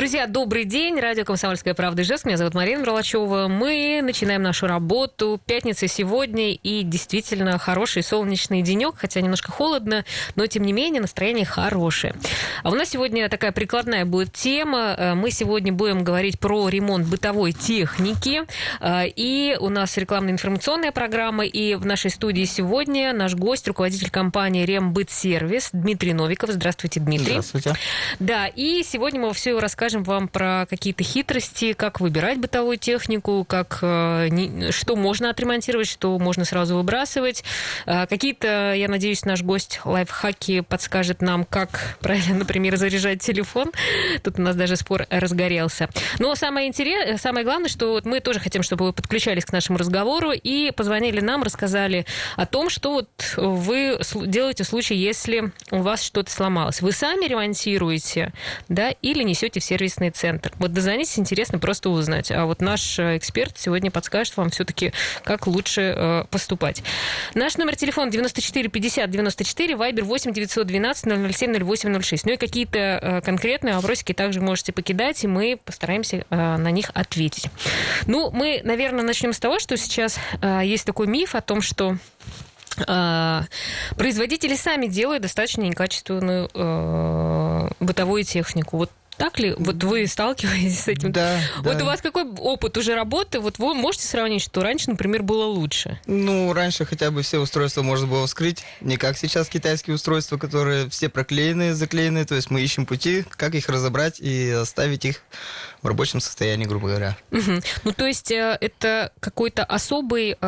Друзья, добрый день. Радио «Комсомольская правда» Ижевск. Меня зовут Марина Мерлачева. Мы начинаем нашу работу. Пятница сегодня, и действительно хороший солнечный денек, хотя немножко холодно, но тем не менее настроение хорошее. А у нас сегодня такая прикладная будет тема. Мы сегодня будем говорить про ремонт бытовой техники. И у нас рекламно-информационная программа. И в нашей студии сегодня наш гость, руководитель компании «Рембытсервис» Дмитрий Новиков. Здравствуйте, Дмитрий. Здравствуйте. Да, и сегодня мы все расскажем вам про какие-то хитрости, как выбирать бытовую технику, что можно отремонтировать, что можно сразу выбрасывать. Какие-то, я надеюсь, наш гость лайфхаки подскажет нам, как правильно, например, заряжать телефон. Тут у нас даже спор разгорелся. Но самое главное, что вот мы тоже хотим, чтобы вы подключались к нашему разговору и позвонили нам, рассказали о том, что вот вы делаете в случае, если у вас что-то сломалось. Вы сами ремонтируете, да, или несете в сервисный центр. Вот дозвонитесь, интересно просто узнать. А вот наш эксперт сегодня подскажет вам все-таки, как лучше поступать. Наш номер телефона 94 50 94, вайбер 8 912 007 08 06. Ну и какие-то конкретные вопросики также можете покидать, и мы постараемся на них ответить. Ну, мы, наверное, начнем с того, что сейчас есть такой миф о том, что производители сами делают достаточно некачественную бытовую технику. Вот так ли? Вот вы сталкиваетесь с этим? Да. Вот у вас какой опыт уже работы? Вот вы можете сравнить, что раньше, например, было лучше? Ну, раньше хотя бы все устройства можно было вскрыть. Не как сейчас китайские устройства, которые все проклеенные, заклеенные. То есть мы ищем пути, как их разобрать и оставить их в рабочем состоянии, грубо говоря. Угу. Ну, то есть это какой-то особый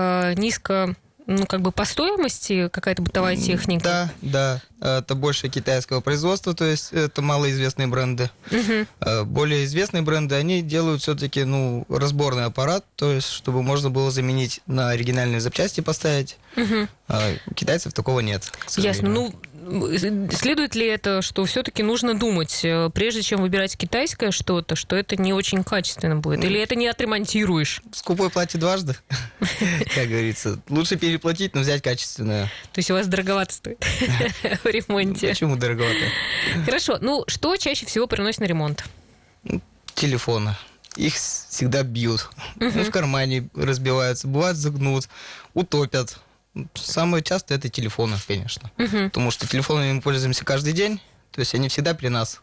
по стоимости какая-то бытовая техника? Да. Это больше китайского производства, то есть это малоизвестные бренды. Угу. Более известные бренды, они делают все-таки, разборный аппарат, то есть чтобы можно было заменить на оригинальные запчасти поставить. Угу. А у китайцев такого нет. Ясно. Следует ли это, что все-таки нужно думать, прежде чем выбирать китайское что-то, что это не очень качественно будет? Или это не отремонтируешь? Скупой платит дважды, как говорится. Лучше переплатить, но взять качественное. То есть у вас дороговато стоит в ремонте? Почему дороговато? Хорошо. Что чаще всего приносит на ремонт? Телефоны. Их всегда бьют. В кармане разбиваются, бывает загнут, утопят. Самое частое это телефоны, конечно. Потому что телефонами мы пользуемся каждый день, то есть они всегда при нас.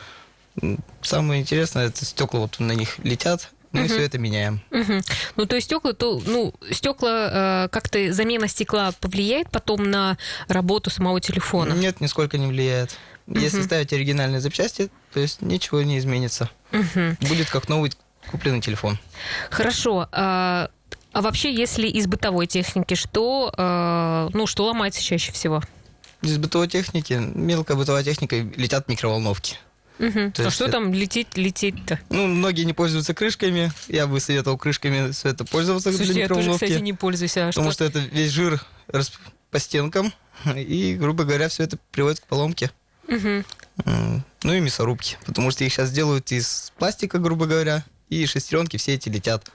Самое интересное, это стекла вот на них летят, мы все это меняем. То есть стекла, как-то замена стекла повлияет потом на работу самого телефона? Нет, нисколько не влияет. Если ставить оригинальные запчасти, то есть ничего не изменится. Будет как новый купленный телефон. Хорошо. А вообще, если из бытовой техники, что ломается чаще всего? Из бытовой техники, мелкая бытовая техника, летят микроволновки. А что там лететь-то? Многие не пользуются крышками. Я бы советовал крышками все это пользоваться. Слушайте, я тоже, кстати, не пользуюсь. Потому что это весь жир по стенкам. И, грубо говоря, все это приводит к поломке. И мясорубки. Потому что их сейчас делают из пластика, грубо говоря. И шестеренки все эти летят.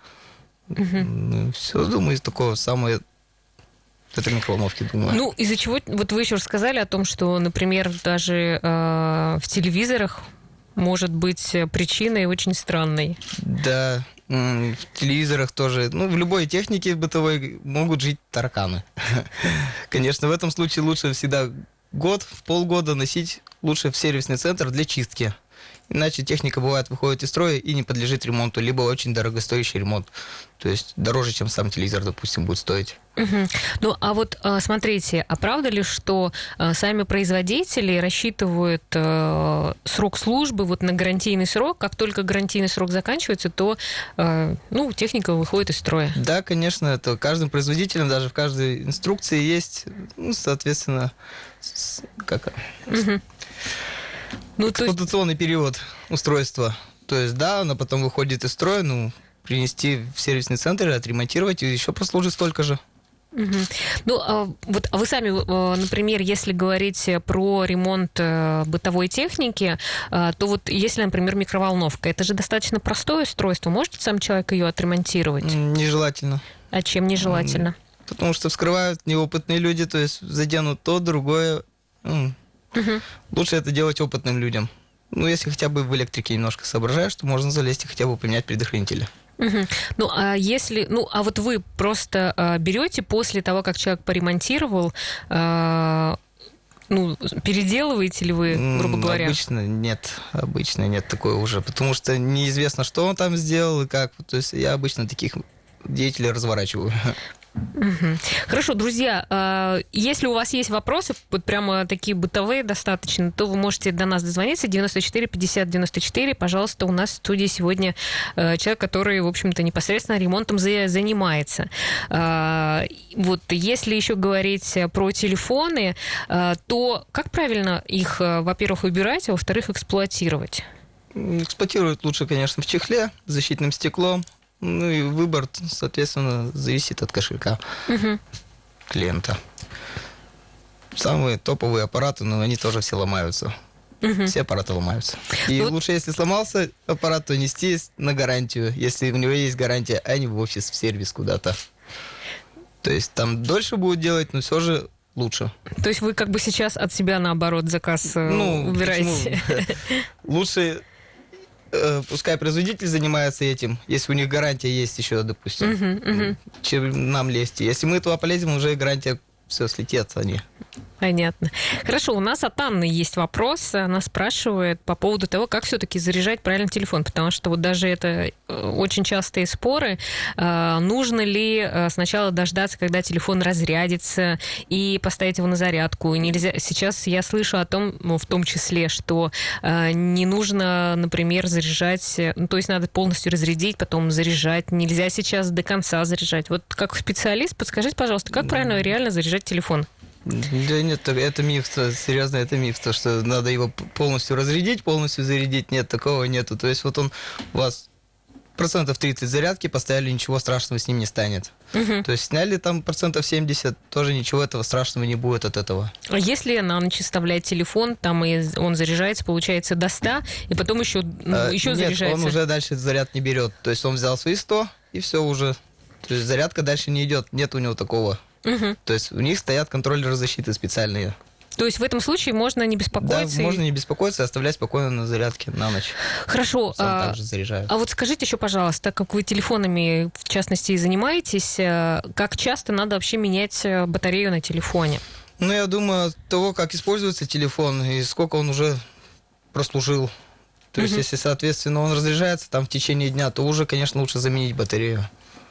Все, думаю, из такого самого... Это микроволновки, думаю. Из-за чего... Вот вы еще рассказали о том, что, например, даже в телевизорах может быть причиной очень странной. Да, в телевизорах тоже. В любой технике бытовой могут жить тараканы. Конечно, в этом случае лучше всегда в полгода носить лучше в сервисный центр для чистки. Иначе техника, бывает, выходит из строя и не подлежит ремонту, либо очень дорогостоящий ремонт. То есть дороже, чем сам телевизор, допустим, будет стоить. Смотрите, а правда ли, что сами производители рассчитывают срок службы на гарантийный срок? Как только гарантийный срок заканчивается, то техника выходит из строя? Да, конечно, это каждым производителем, даже в каждой инструкции есть, соответственно, эксплуатационный период устройства. То есть, оно потом выходит из строя, принести в сервисный центр, отремонтировать, и еще прослужит столько же. А вы сами, например, если говорить про ремонт бытовой техники, то если, например, микроволновка, это же достаточно простое устройство, может сам человек ее отремонтировать? Нежелательно. А чем нежелательно? Потому что вскрывают неопытные люди, то есть заденут то, другое. Лучше это делать опытным людям. Ну, если хотя бы в электрике немножко соображаешь, то можно залезть и хотя бы поменять предохранители. Угу. Ну, а если... Ну, а вот вы просто берете после того, как человек поремонтировал, ну, переделываете ли вы, грубо говоря? Обычно нет такого уже, потому что неизвестно, что он там сделал и как. То есть я обычно таких деятелей разворачиваю. Угу. Хорошо, друзья, если у вас есть вопросы, вот прямо такие бытовые достаточно, то вы можете до нас дозвониться, 94 50 94. Пожалуйста, у нас в студии сегодня человек, который, в общем-то, непосредственно ремонтом занимается. Вот, если еще говорить про телефоны, то как правильно их, во-первых, выбирать, а во-вторых, эксплуатировать? Эксплуатировать лучше, конечно, в чехле, с защитным стеклом. Ну и выбор, соответственно, зависит от кошелька клиента. Самые топовые аппараты, но они тоже все ломаются. Все аппараты ломаются. И лучше, если сломался аппарат, то нести на гарантию, если у него есть гарантия, а не в офис, в сервис куда-то. То есть там дольше будут делать, но все же лучше. То есть вы как бы сейчас от себя, наоборот, заказ убираете? Лучше... Пускай производитель занимается этим, если у них гарантия есть еще, допустим, чем нам лезть. Если мы туда полезем, уже гарантия все слетит, они. Понятно. Хорошо, у нас от Анны есть вопрос. Она спрашивает по поводу того, как все-таки заряжать правильно телефон, потому что вот даже это очень частые споры. Нужно ли сначала дождаться, когда телефон разрядится, и поставить его на зарядку? Нельзя. Сейчас я слышу о том, в том числе, что не нужно, например, заряжать, ну, то есть надо полностью разрядить, потом заряжать. Нельзя сейчас до конца заряжать. Вот как специалист, подскажите, пожалуйста, как правильно реально заряжать телефон? Да нет, это миф, серьезно, это миф, то, что надо его полностью разрядить, полностью зарядить, нет, такого нету. То есть вот он у вас 30% зарядки поставили, ничего страшного с ним не станет. То есть сняли там 70%, тоже ничего этого страшного не будет от этого. А если на ночь вставлять телефон, там и он заряжается, получается, до 100, и потом еще заряжается? Нет, он уже дальше заряд не берет. То есть он взял свои 100, и все уже. То есть зарядка дальше не идет, нет у него такого. То есть у них стоят контроллеры защиты специальные. То есть в этом случае можно не беспокоиться? Да, можно не беспокоиться, оставлять спокойно на зарядке на ночь. Хорошо. Сам также заряжаю. А вот скажите еще, пожалуйста, так как вы телефонами, в частности, занимаетесь, как часто надо вообще менять батарею на телефоне? Ну, я думаю, от того, как используется телефон и сколько он уже прослужил. То есть, если, соответственно, он разряжается там в течение дня, то уже, конечно, лучше заменить батарею.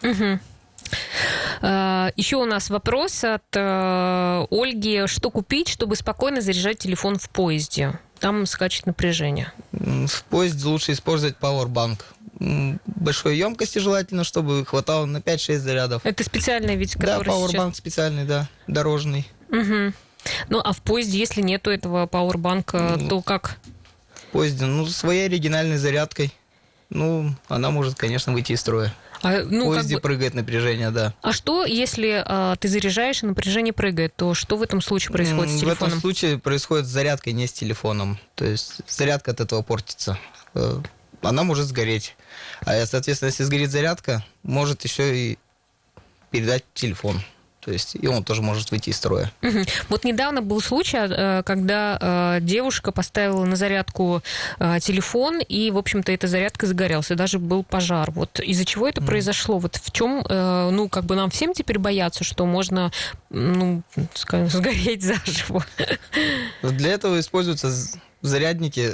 Еще у нас вопрос от Ольги. Что купить, чтобы спокойно заряжать телефон в поезде? Там скачет напряжение. В поезде лучше использовать пауэрбанк. Большой емкости желательно, чтобы хватало на 5-6 зарядов. Это специальный вид, который Да, пауэрбанк специальный, да, дорожный. Ну, а в поезде, если нету этого пауэрбанка, то как? В поезде, своей оригинальной зарядкой. Она может, конечно, выйти из строя. В поезде прыгает напряжение, да. А что, если ты заряжаешь, и напряжение прыгает, то что в этом случае происходит с телефоном? В этом случае происходит с зарядкой, не с телефоном. То есть зарядка от этого портится. Она может сгореть. А, соответственно, если сгорит зарядка, может еще и передать телефон. То есть и он тоже может выйти из строя. Вот недавно был случай, когда девушка поставила на зарядку телефон, и, в общем-то, эта зарядка загорелась, и даже был пожар. Вот из-за чего это произошло? Вот в чем, нам всем теперь бояться, что можно, скажем, сгореть заживо? Для этого используются зарядники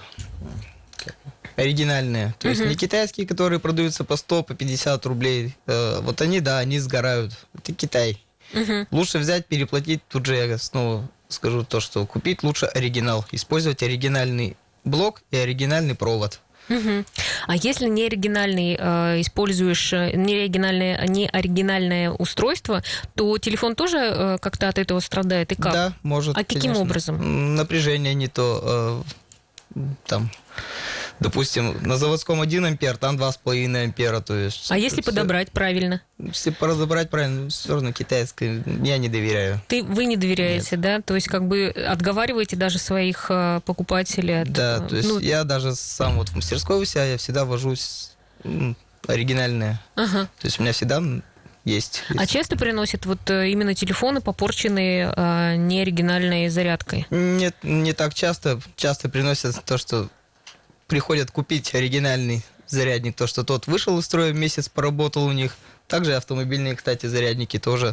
оригинальные. То есть не китайские, которые продаются по 100, по 50 рублей. Вот они, да, они сгорают. Это Китай. Лучше взять, переплатить. Тут же я снова скажу то, что купить лучше оригинал. Использовать оригинальный блок и оригинальный провод. А если не оригинальный используешь, не оригинальное устройство, то телефон тоже как-то от этого страдает? И как? Да, может. А каким образом? Напряжение не то. Там... Допустим, на заводском 1 ампер, там 2,5 ампера. То есть, а если подобрать правильно? Если подобрать правильно, все равно китайское я не доверяю. Вы не доверяете, нет. Да? То есть как бы отговариваете даже своих покупателей от... Да, то есть я даже сам в мастерской у себя, я всегда вожусь оригинальное. То есть у меня всегда есть. А часто приносят вот именно телефоны, попорченные неоригинальной зарядкой? Нет, не так часто. Часто приносят то, что приходят купить оригинальный зарядник, то, что тот вышел из строя, месяц поработал у них. Также автомобильные, кстати, зарядники тоже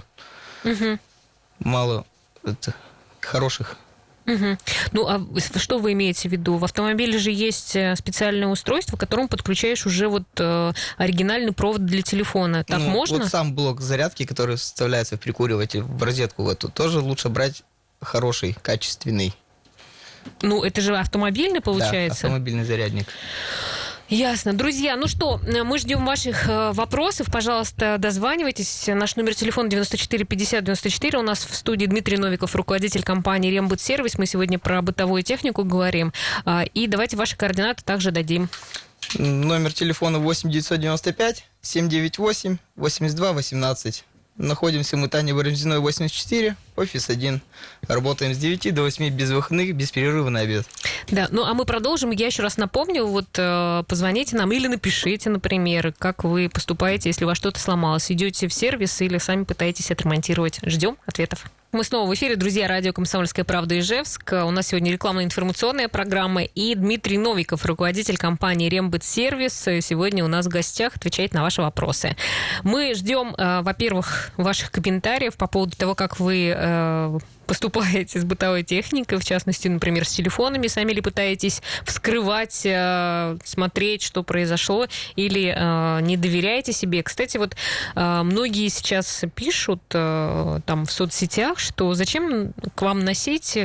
мало хороших. Ну, а что вы имеете в виду? В автомобиле же есть специальное устройство, к которому подключаешь уже вот оригинальный провод для телефона. Так можно? Вот сам блок зарядки, который вставляется в прикуриватель, в розетку в эту, тоже лучше брать хороший, качественный. Ну, это же автомобильный, получается? Да, автомобильный зарядник. Ясно. Друзья, ну что, мы ждем ваших вопросов. Пожалуйста, дозванивайтесь. Наш номер телефона 94 50 94. У нас в студии Дмитрий Новиков, руководитель компании «Рембыт-сервис». Мы сегодня про бытовую технику говорим. И давайте ваши координаты также дадим. Номер телефона 8 995 798 82 18. Находимся мы Таня Барамзиной, 84, офис 1. Работаем с 9 до 8 без выходных, без перерыва на обед. Да, ну а мы продолжим. Я еще раз напомню, вот позвоните нам или напишите, например, как вы поступаете, если у вас что-то сломалось. Идете в сервис или сами пытаетесь отремонтировать. Ждем ответов. Мы снова в эфире, друзья, радио «Комсомольская правда» Ижевск. У нас сегодня рекламно-информационная программа. И Дмитрий Новиков, руководитель компании «Рембыт-сервис», сегодня у нас в гостях, отвечает на ваши вопросы. Мы ждем, во-первых, ваших комментариев по поводу того, как вы поступаете с бытовой техникой, в частности, например, с телефонами, сами ли пытаетесь вскрывать, смотреть, что произошло, или не доверяете себе. Кстати, вот многие сейчас пишут там в соцсетях, что зачем к вам носить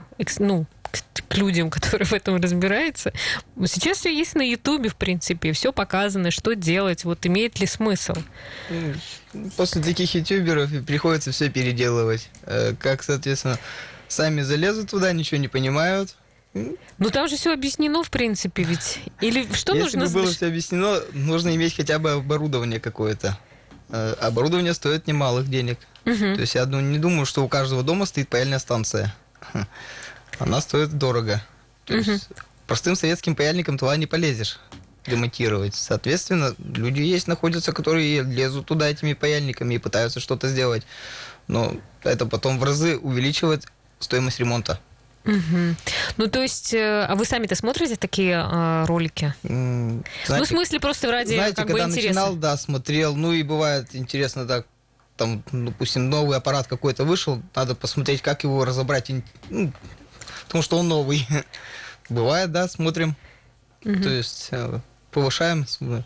к людям, которые в этом разбираются. Сейчас все есть на Ютубе, в принципе, все показано, что делать, вот имеет ли смысл? После таких ютуберов приходится все переделывать. Как, соответственно, сами залезут туда, ничего не понимают. Ну, там же все объяснено, в принципе, ведь. Или что нужно... Если бы было все объяснено, нужно иметь хотя бы оборудование какое-то. Оборудование стоит немалых денег. То есть я не думаю, что у каждого дома стоит паяльная станция. Она стоит дорого. То есть простым советским паяльником туда не полезешь демонтировать. Соответственно, люди находятся, которые лезут туда этими паяльниками и пытаются что-то сделать. Но это потом в разы увеличивает стоимость ремонта. Ну, то есть, а вы сами-то смотрите такие ролики? Знаете, в смысле, просто ради когда интереса? Начинал, да, смотрел. Ну, и бывает интересно так, там, допустим, новый аппарат какой-то вышел, надо посмотреть, как его разобрать, потому что он новый. Бывает, да, смотрим. То есть повышаем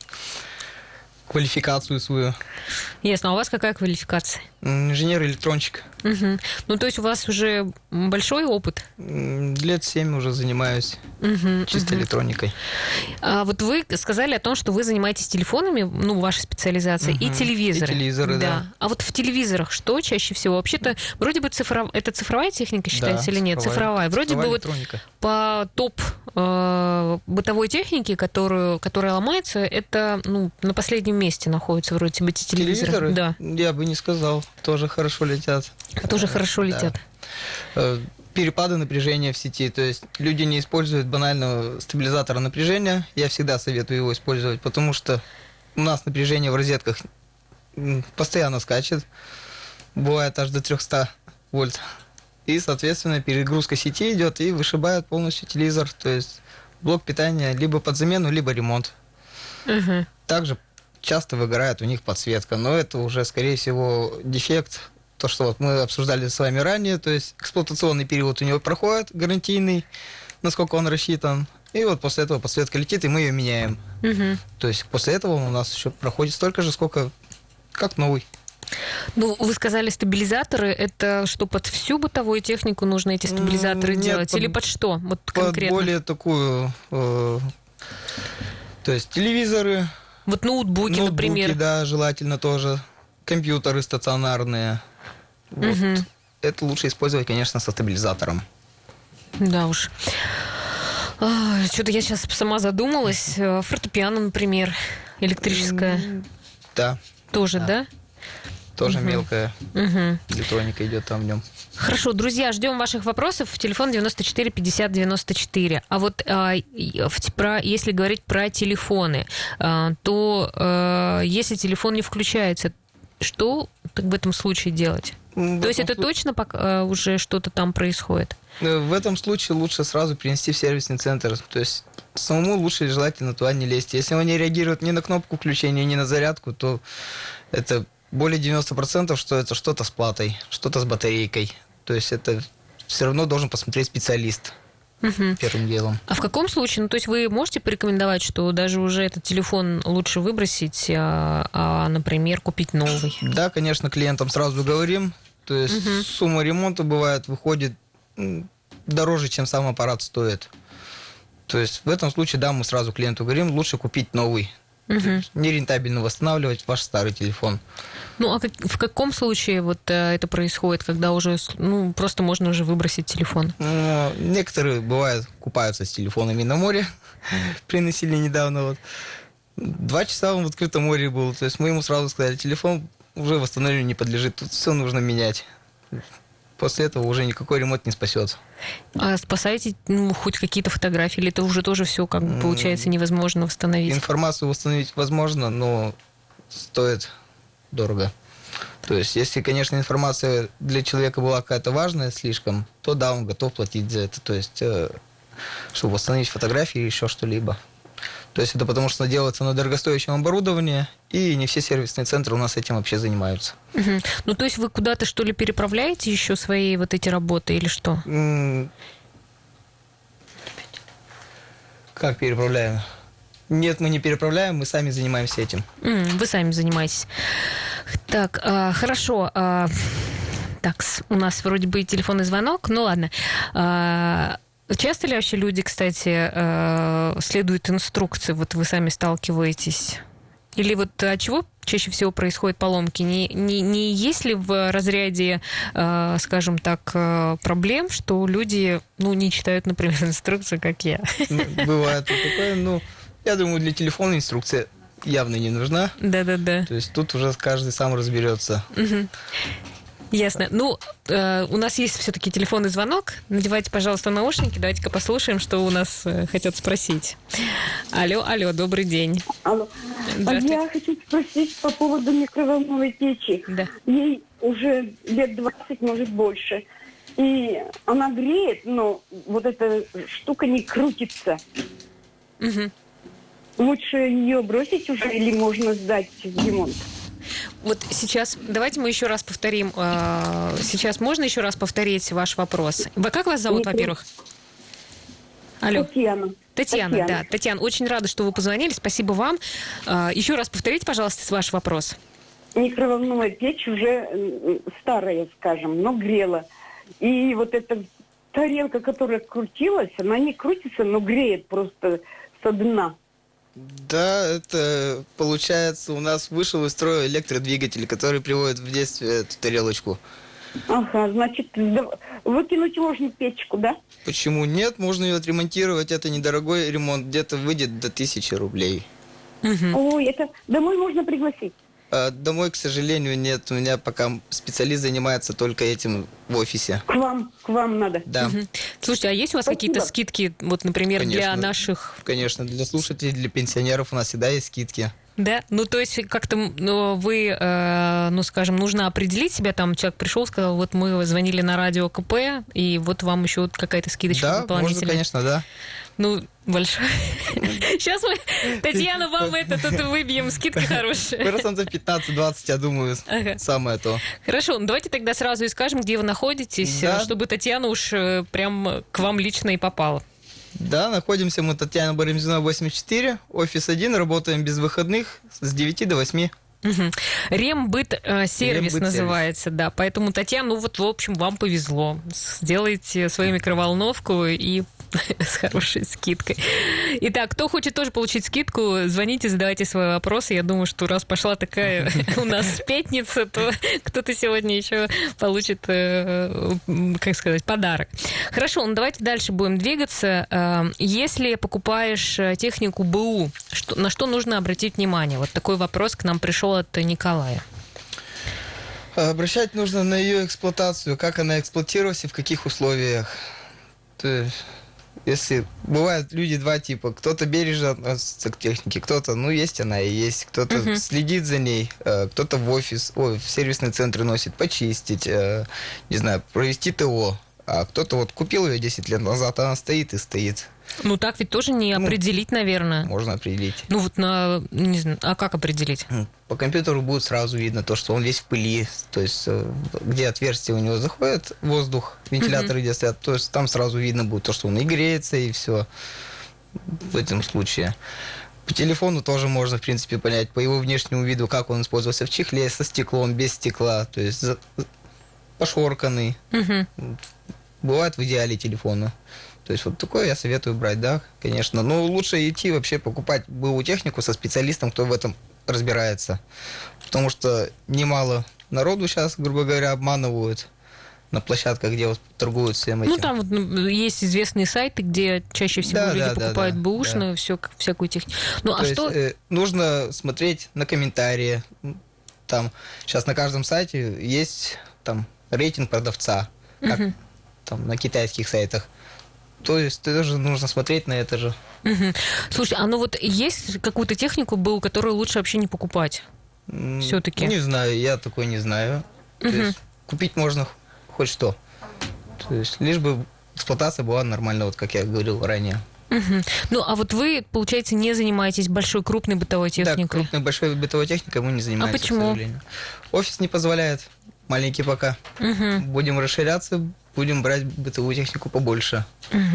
квалификацию свою. Ясно. А у вас какая квалификация? Инженер-электронщик. Ну, то есть у вас уже большой опыт? Лет 7 уже занимаюсь чисто электроникой. А вот вы сказали о том, что вы занимаетесь телефонами, ну, ваша специализация, и телевизоры. И телевизоры, да. А вот в телевизорах что чаще всего? Вообще-то, вроде бы это цифровая техника считается, да, или нет? Цифровая. Вроде бы вот по топ бытовой техники, которая ломается, это, на последнем месте находится вроде бы эти телевизоры. Да. Я бы не сказал. Тоже хорошо летят. Тоже хорошо летят. Перепады напряжения в сети. То есть люди не используют банального стабилизатора напряжения. Я всегда советую его использовать, потому что у нас напряжение в розетках постоянно скачет. Бывает аж до 300 вольт. И, соответственно, перегрузка сети идет и вышибает полностью телевизор. То есть блок питания либо под замену, либо ремонт. Также часто выгорает у них подсветка, но это уже, скорее всего, дефект. То, что вот мы обсуждали с вами ранее, то есть эксплуатационный период у него проходит, гарантийный, насколько он рассчитан. И вот после этого подсветка летит, и мы ее меняем. То есть после этого у нас еще проходит столько же, сколько как новый. Ну, вы сказали стабилизаторы. Это что, под всю бытовую технику нужно эти стабилизаторы делать? Или под что? Вот конкретно? Под более такую... то есть телевизоры... Вот ноутбуки, например. Да, желательно тоже. Компьютеры стационарные. Вот. Это лучше использовать, конечно, со стабилизатором. Да уж. Что-то я сейчас сама задумалась. Фортепиано, например, электрическое. Да. Тоже, да? Тоже мелкая электроника идет там в нем. Хорошо, друзья, ждем ваших вопросов. Телефон 94 50 94. А вот если говорить про телефоны, то если телефон не включается, что в этом случае делать? То есть это точно уже что-то там происходит? В этом случае лучше сразу принести в сервисный центр. То есть самому лучше желательно туда не лезть. Если он не реагирует ни на кнопку включения, ни на зарядку, то это более 90%, что это что-то с платой, что-то с батарейкой. То есть это все равно должен посмотреть специалист. Первым делом. А в каком случае? То есть вы можете порекомендовать, что даже уже этот телефон лучше выбросить, например, купить новый? Да, конечно, клиентам сразу говорим. То есть сумма ремонта бывает, выходит дороже, чем сам аппарат стоит. То есть в этом случае, да, мы сразу клиенту говорим, лучше купить новый. Нерентабельно восстанавливать ваш старый телефон. А в каком случае это происходит, когда уже просто можно уже выбросить телефон? Некоторые, бывает, купаются с телефонами на море. Приносили недавно. 2 часа он в открытом море был. То есть мы ему сразу сказали, телефон уже восстановлению не подлежит, тут все нужно менять. После этого уже никакой ремонт не спасет. А спасаете хоть какие-то фотографии, или это уже тоже все, получается, невозможно восстановить? Информацию восстановить возможно, но стоит дорого. То есть, если, конечно, информация для человека была какая-то важная слишком, то да, он готов платить за это. То есть, чтобы восстановить фотографии или еще что-либо. То есть, это потому что делается на дорогостоящем оборудовании, и не все сервисные центры у нас этим вообще занимаются. То есть, вы куда-то, что ли, переправляете еще свои эти работы, или что? Как переправляем? Нет, мы не переправляем, мы сами занимаемся этим. Вы сами занимаетесь. Так, хорошо. Так, у нас вроде бы телефонный звонок, ладно. Часто ли вообще люди, кстати, следуют инструкции? Вы сами сталкиваетесь? Или от чего чаще всего происходят поломки? Не есть ли в разряде, скажем так, проблем, что люди, не читают, например, инструкцию, как я? Бывает такое, я думаю, для телефона инструкция явно не нужна. Да. То есть тут уже каждый сам разберется. Ясно. У нас есть все-таки телефонный звонок. Надевайте, пожалуйста, наушники. Давайте-ка послушаем, что у нас хотят спросить. Алло, добрый день. Алло. Я хочу спросить по поводу микроволновой печи. Да. Ей уже лет 20, может, больше. И она греет, но эта штука не крутится. Лучше ее бросить уже или можно сдать в ремонт? Сейчас давайте мы еще раз повторим. Сейчас можно еще раз повторить ваш вопрос? Как вас зовут, во-первых? Алло. Татьяна, да. Татьяна, очень рада, что вы позвонили. Спасибо вам. Еще раз повторите, пожалуйста, ваш вопрос. Микроволновая печь уже старая, скажем, но грела. И эта тарелка, которая крутилась, она не крутится, но греет просто со дна. Да, это получается у нас вышел из строя электродвигатель, который приводит в действие эту тарелочку. Ага, значит, выкинуть можно печку, да? Почему нет? Можно ее отремонтировать, это недорогой ремонт, где-то выйдет до 1000 рублей. Ой, это домой можно пригласить? Домой, к сожалению, нет. У меня пока специалист занимается только этим в офисе. К вам надо. Да. Слушайте, а есть у вас какие-то скидки, например, конечно, для наших... Конечно, для слушателей, для пенсионеров у нас всегда есть скидки. Да? То есть как-то вы, скажем, нужно определить себя, человек пришел, сказал, мы звонили на радио КП, и вам еще какая-то скидочка дополнительная. Да, можно, конечно, да. Большое. Сейчас мы, Татьяна, вам тут выбьем скидки хорошие. 15-20%, я думаю, самое то. Хорошо, давайте тогда сразу и скажем, где вы находитесь, чтобы Татьяна уж прям к вам лично и попала. Да, находимся мы Татьяна Барамзина, 84, офис 1, работаем без выходных с 9 до 8. Рембыт сервис называется, да. Поэтому, Татьяна, в общем, вам повезло. Сделайте свою микроволновку и с хорошей скидкой. Итак, кто хочет тоже получить скидку, звоните, задавайте свои вопросы. Я думаю, что раз пошла такая у нас пятница, то кто-то сегодня еще получит, подарок. Хорошо, давайте дальше будем двигаться. Если покупаешь технику БУ, на что нужно обратить внимание? Такой вопрос к нам пришел от Николая. Обращать нужно на ее эксплуатацию, как она эксплуатировалась и в каких условиях. То есть Если бывают люди два типа, кто-то бережно относится к технике, кто-то, ну, есть она и есть, кто-то следит за ней, кто-то в офис, в сервисный центр носит, почистить, не знаю, провести ТО, а кто-то вот купил ее 10 лет назад, она стоит и стоит. Ну, так ведь тоже не определить, наверное. Можно определить. Ну, вот не знаю, а как определить? По компьютеру будет сразу видно то, что он весь в пыли, то есть где отверстие у него заходит воздух, вентиляторы где стоят, то есть там сразу видно будет то, что он и греется, и все в этом случае. По телефону тоже можно, в принципе, понять по его внешнему виду, как он использовался в чехле, со стеклом, без стекла, то есть пошорканный. Бывает в идеале телефона. То есть вот такое я советую брать, да, конечно. Но лучше идти вообще покупать БУ технику со специалистом, кто в этом разбирается. Потому что немало народу сейчас, грубо говоря, обманывают на площадках, где вот торгуют всем этим. Ну, там вот есть известные сайты, где чаще всего люди покупают бэушную, всякую технику. Ну, То есть, нужно смотреть на комментарии. Там сейчас на каждом сайте есть там рейтинг продавца, как там на китайских сайтах. То есть тоже нужно смотреть на это же. Слушай, а ну вот есть какую-то технику БУ, которую лучше вообще не покупать? Все-таки? Не знаю, я такой не знаю. То есть купить можно хоть что. То есть лишь бы эксплуатация была нормальная, вот как я говорил ранее. Ну, а вот вы, получается, не занимаетесь большой, крупной бытовой техникой? Да, крупной, большой бытовой техникой мы не занимаемся, а почему? к сожалению. Офис не позволяет, маленький пока. Будем расширяться, будем брать бытовую технику побольше.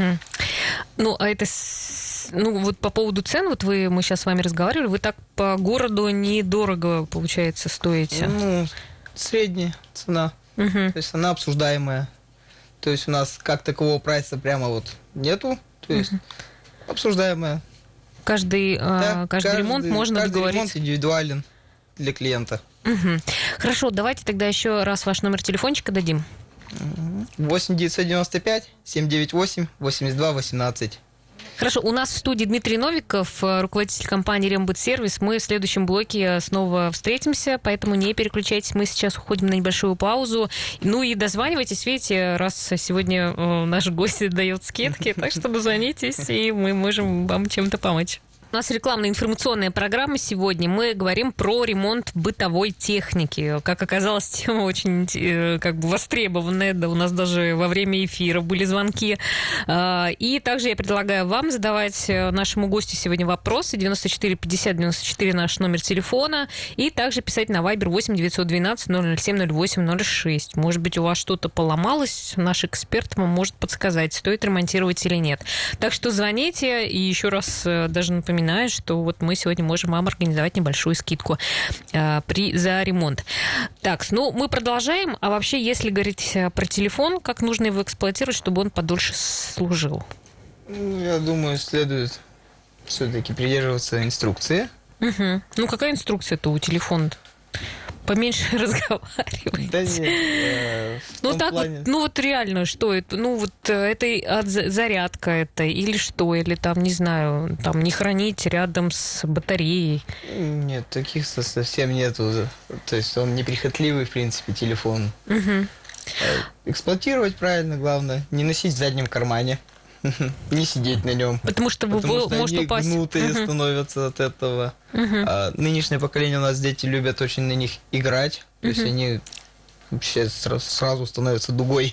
Ну, а это... Ну, вот по поводу цен, вот мы сейчас с вами разговаривали, вы так по городу недорого, получается, стоите? Ну, средняя цена. То есть она обсуждаемая. То есть у нас как такового прайса прямо вот нету. То есть обсуждаемая. Каждый ремонт можно договориться? Каждый ремонт индивидуален для клиента. Хорошо, давайте тогда еще раз ваш номер телефончика дадим. 8 995 798 82 18. Хорошо, у нас в студии Дмитрий Новиков, руководитель компании «Рембытсервис». Мы в следующем блоке снова встретимся, поэтому не переключайтесь. Мы сейчас уходим на небольшую паузу. Ну и дозванивайтесь, видите, раз сегодня наш гость дает скидки, так что дозвонитесь, и мы можем вам чем-то помочь. У нас рекламная информационная программа сегодня. Мы говорим про ремонт бытовой техники. Как оказалось, тема очень востребованная. Да, у нас даже во время эфира были звонки. И также я предлагаю вам задавать нашему гостю сегодня вопросы. 94 50 94 наш номер телефона. И также писать на Viber 8 912 007 08 06. Может быть, у вас что-то поломалось. Наш эксперт вам может подсказать, стоит ремонтировать или нет. Так что звоните. И еще раз даже напоминаю, что вот мы сегодня можем вам организовать небольшую скидку за ремонт. Так, ну мы продолжаем. А вообще, если говорить про телефон, как нужно его эксплуатировать, чтобы он подольше служил? Я думаю, следует все-таки придерживаться инструкции. Ну, какая инструкция-то у телефона? Поменьше разговаривать. Да нет. Ну так плане... вот, ну вот реально, что это? Ну вот это зарядка это или что? Или там, не знаю, там не хранить рядом с батареей? Нет, таких совсем нету. То есть он неприхотливый, в принципе, телефон. Эксплуатировать правильно, главное. Не носить в заднем кармане. Не сидеть на нем. Потому что может они упасть. Гнутые становятся от этого. Нынешнее поколение у нас дети любят очень на них играть. То есть они вообще сразу становятся дугой.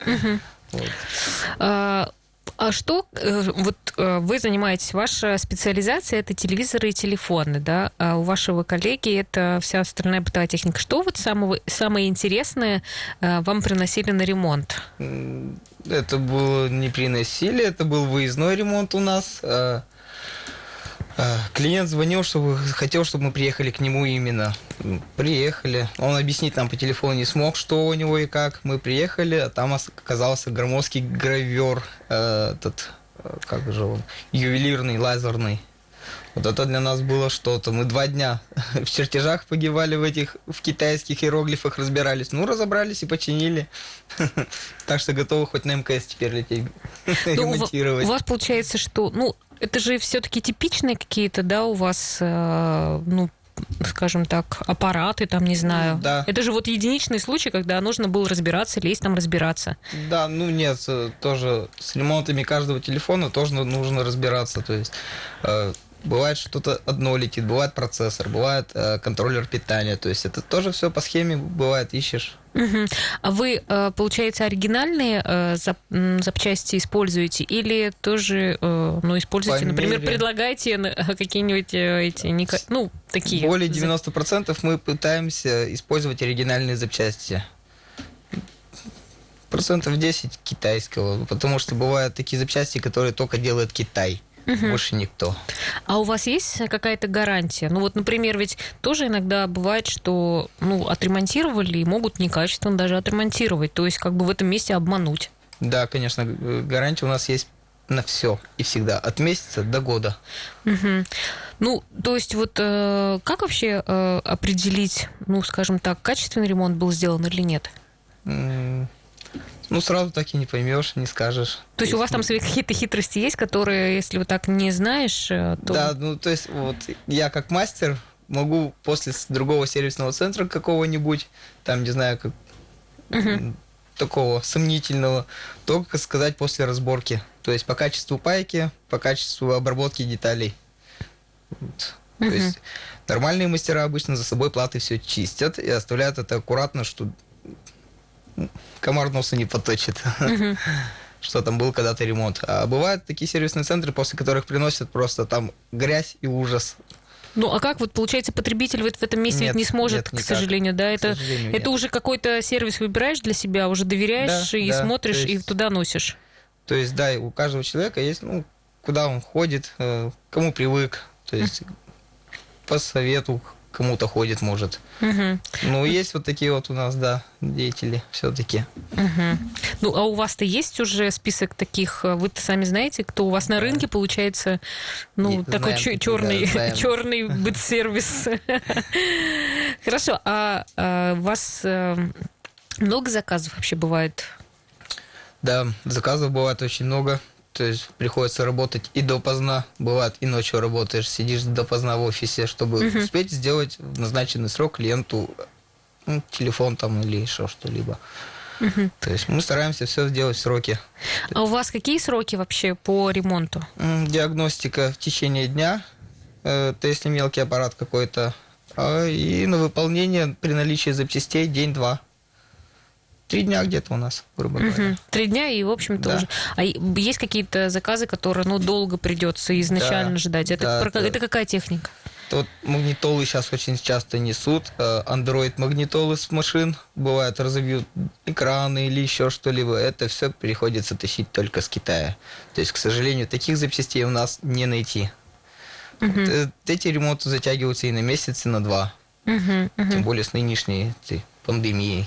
А что, вот вы занимаетесь, ваша специализация – это телевизоры и телефоны, да? А у вашего коллеги это вся остальная бытовая техника. Что вот самое интересное вам приносили на ремонт? Это было не приносили, это был выездной ремонт у нас. Клиент звонил, хотел, чтобы мы приехали к нему именно. Приехали. Он объяснить нам по телефону не смог, что у него и как. Мы приехали, а там оказался громоздкий гравер, как же он, ювелирный, лазерный. Вот это для нас было что-то. Мы 2 дня в чертежах погибали в китайских иероглифах, разбирались. Ну, разобрались и починили. Так что готовы хоть на МКС теперь лететь ремонтировать. У вас получается, что... Ну, это же все-таки типичные какие-то, да, у вас, скажем так, аппараты, там, не знаю. Да. Это же вот единичный случай, когда нужно было разбираться, лезть там разбираться. Да, ну нет, тоже с ремонтами каждого телефона тоже нужно разбираться. То есть бывает что-то одно летит, бывает процессор, бывает контроллер питания. То есть это тоже все по схеме бывает, ищешь. Угу. А вы, получается, оригинальные запчасти используете или тоже, используете, например, предлагаете какие-нибудь эти, такие? Более 90% мы пытаемся использовать оригинальные запчасти. 10% китайского, потому что бывают такие запчасти, которые только делает Китай. Больше никто. А у вас есть какая-то гарантия? Например, ведь тоже иногда бывает, что отремонтировали и могут некачественно даже отремонтировать, то есть как бы в этом месте обмануть. Да, конечно, гарантия у нас есть на все и всегда, от месяца до года. Угу. То есть как вообще определить, скажем так, качественный ремонт был сделан или нет? Сразу так и не поймешь, не скажешь. То есть у вас там свои какие-то хитрости есть, которые, если вы так не знаешь, то... Да, то есть я как мастер могу после другого сервисного центра какого-нибудь, там, не знаю, как такого сомнительного, только сказать после разборки. То есть по качеству пайки, по качеству обработки деталей. То есть нормальные мастера обычно за собой платы все чистят и оставляют это аккуратно, что комар носа не поточит, что там был когда-то ремонт. А бывают такие сервисные центры, после которых приносят просто там грязь и ужас. А как получается, потребитель в этом месте не сможет, к сожалению, да? Это уже какой-то сервис выбираешь для себя, уже доверяешь смотришь и туда носишь. То есть, да, у каждого человека есть, куда он ходит, кому привык, то есть по совету кому-то ходит, может. Есть такие у нас, деятели все-таки. А у вас-то есть уже список таких, вы-то сами знаете, кто у вас на рынке, получается, такой черный быт-сервис. Хорошо, а у вас много заказов вообще бывает? Да, заказов бывает очень много. То есть приходится работать и допоздна, бывает и ночью работаешь, сидишь допоздна в офисе, чтобы успеть сделать в назначенный срок клиенту телефон там или еще что-либо. То есть мы стараемся все сделать в сроки. А у вас какие сроки вообще по ремонту? Диагностика в течение дня, то если мелкий аппарат какой-то, и на выполнение при наличии запчастей день-два. 3 дня где-то у нас, грубо говоря. 3 дня, и, в общем-то, уже... А есть какие-то заказы, которые, долго придется изначально ждать? Это какая техника? Магнитолы сейчас очень часто несут. Android-магнитолы с машин. Бывает, разобьют экраны или еще что-либо. Это все приходится тащить только с Китая. То есть, к сожалению, таких запчастей у нас не найти. Эти ремонты затягиваются и на месяц, и на 2. Тем более с нынешней пандемией.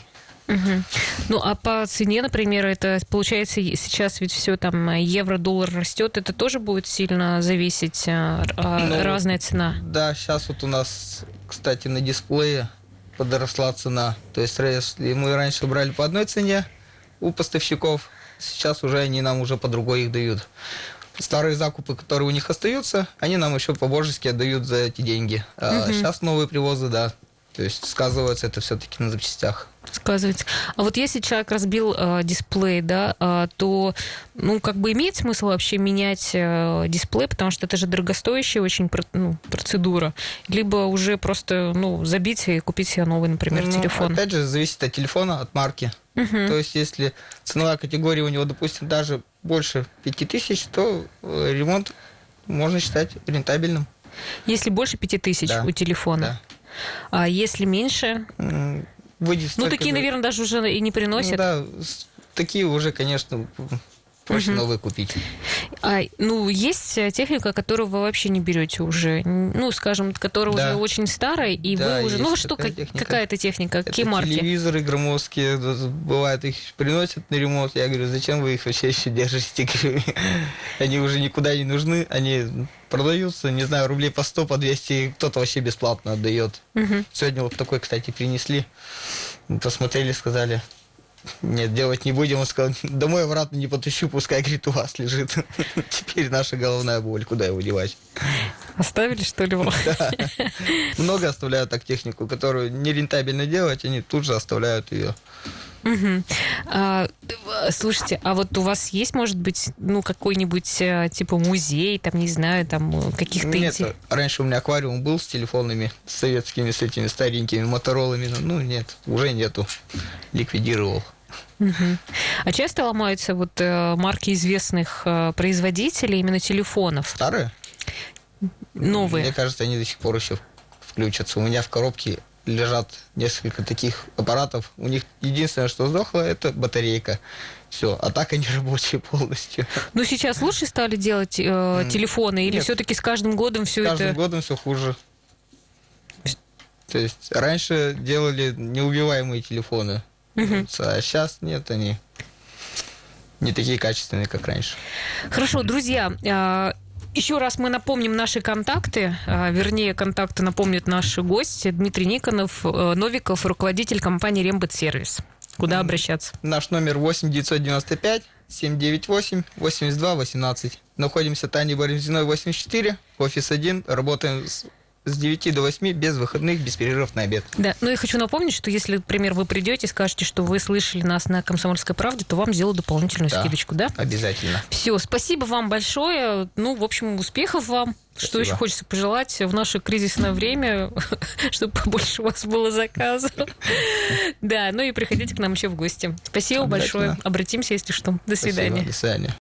А по цене, например, это получается сейчас ведь все там евро, доллар растет, это тоже будет сильно зависеть, разная цена? Да, сейчас у нас, кстати, на дисплее подросла цена. То есть, если мы раньше брали по одной цене у поставщиков, сейчас уже они нам уже по другой их дают. Старые закупы, которые у них остаются, они нам еще по-божески отдают за эти деньги. А сейчас новые привозы, то есть сказывается это все-таки на запчастях. Сказывается. А если человек разбил дисплей, то, имеет смысл вообще менять дисплей, потому что это же дорогостоящая очень процедура. Либо уже просто, забить и купить себе новый, например, телефон. Опять же, зависит от телефона, от марки. То есть, если ценовая категория у него, допустим, даже больше 5000, то ремонт можно считать рентабельным. Если больше 5000 у телефона? Да. А если меньше? Такие, наверное, даже уже и не приносят. Такие уже, конечно, проще новые купить. Есть техника, которую вы вообще не берете уже, скажем, которая уже очень старая, и вы уже... Какая это техника? Какие марки? Телевизоры громоздкие, бывает, их приносят на ремонт. Я говорю, зачем вы их вообще еще держите? Они уже никуда не нужны, они продаются, не знаю, рублей по 100, по 200, кто-то вообще бесплатно отдает. Сегодня такой, кстати, принесли, посмотрели, сказали, Нет, делать не будем. Он сказал, домой обратно не потащу, пускай, говорит, у вас лежит. Теперь наша головная боль, куда его девать? Оставили, что ли, его? Да. Много оставляют так технику, которую нерентабельно делать, они тут же оставляют ее. Угу. Слушайте, а вот у вас есть, может быть, ну, какой-нибудь, типа, музей, там, не знаю, там, каких-то... Нет, раньше у меня аквариум был с телефонами советскими, с этими старенькими моторолами, ну, нет, уже нету, ликвидировал. Угу. А часто ломаются вот марки известных производителей именно телефонов? Старые? Новые? Мне кажется, они до сих пор еще включатся. У меня в коробке лежат несколько таких аппаратов. У них единственное, что сдохло, это батарейка. Все, а так они рабочие полностью. Ну, сейчас лучше стали делать телефоны? Или все-таки с каждым годом все это... С каждым годом все хуже. То есть раньше делали неубиваемые телефоны, а сейчас нет, они не такие качественные, как раньше. Хорошо, друзья, еще раз мы напомним наши контакты, вернее, контакты напомнят наши гости. Дмитрий Новиков, руководитель компании «Рембыт-сервис». Куда обращаться? Наш номер 8 995 798 82 18. Находимся Тани Барамзиной, 84, офис 1. Работаем с 9 до 8, без выходных, без перерывов на обед. Да, ну и хочу напомнить, что если, например, вы придете и скажете, что вы слышали нас на «Комсомольской правде», то вам сделают дополнительную скидочку, да? Обязательно. Все, спасибо вам большое. Ну, в общем, успехов вам. Спасибо. Что еще хочется пожелать в наше кризисное время, чтобы побольше у вас было заказов. Да, ну и приходите к нам еще в гости. Спасибо большое. Обратимся, если что. До свидания. До свидания.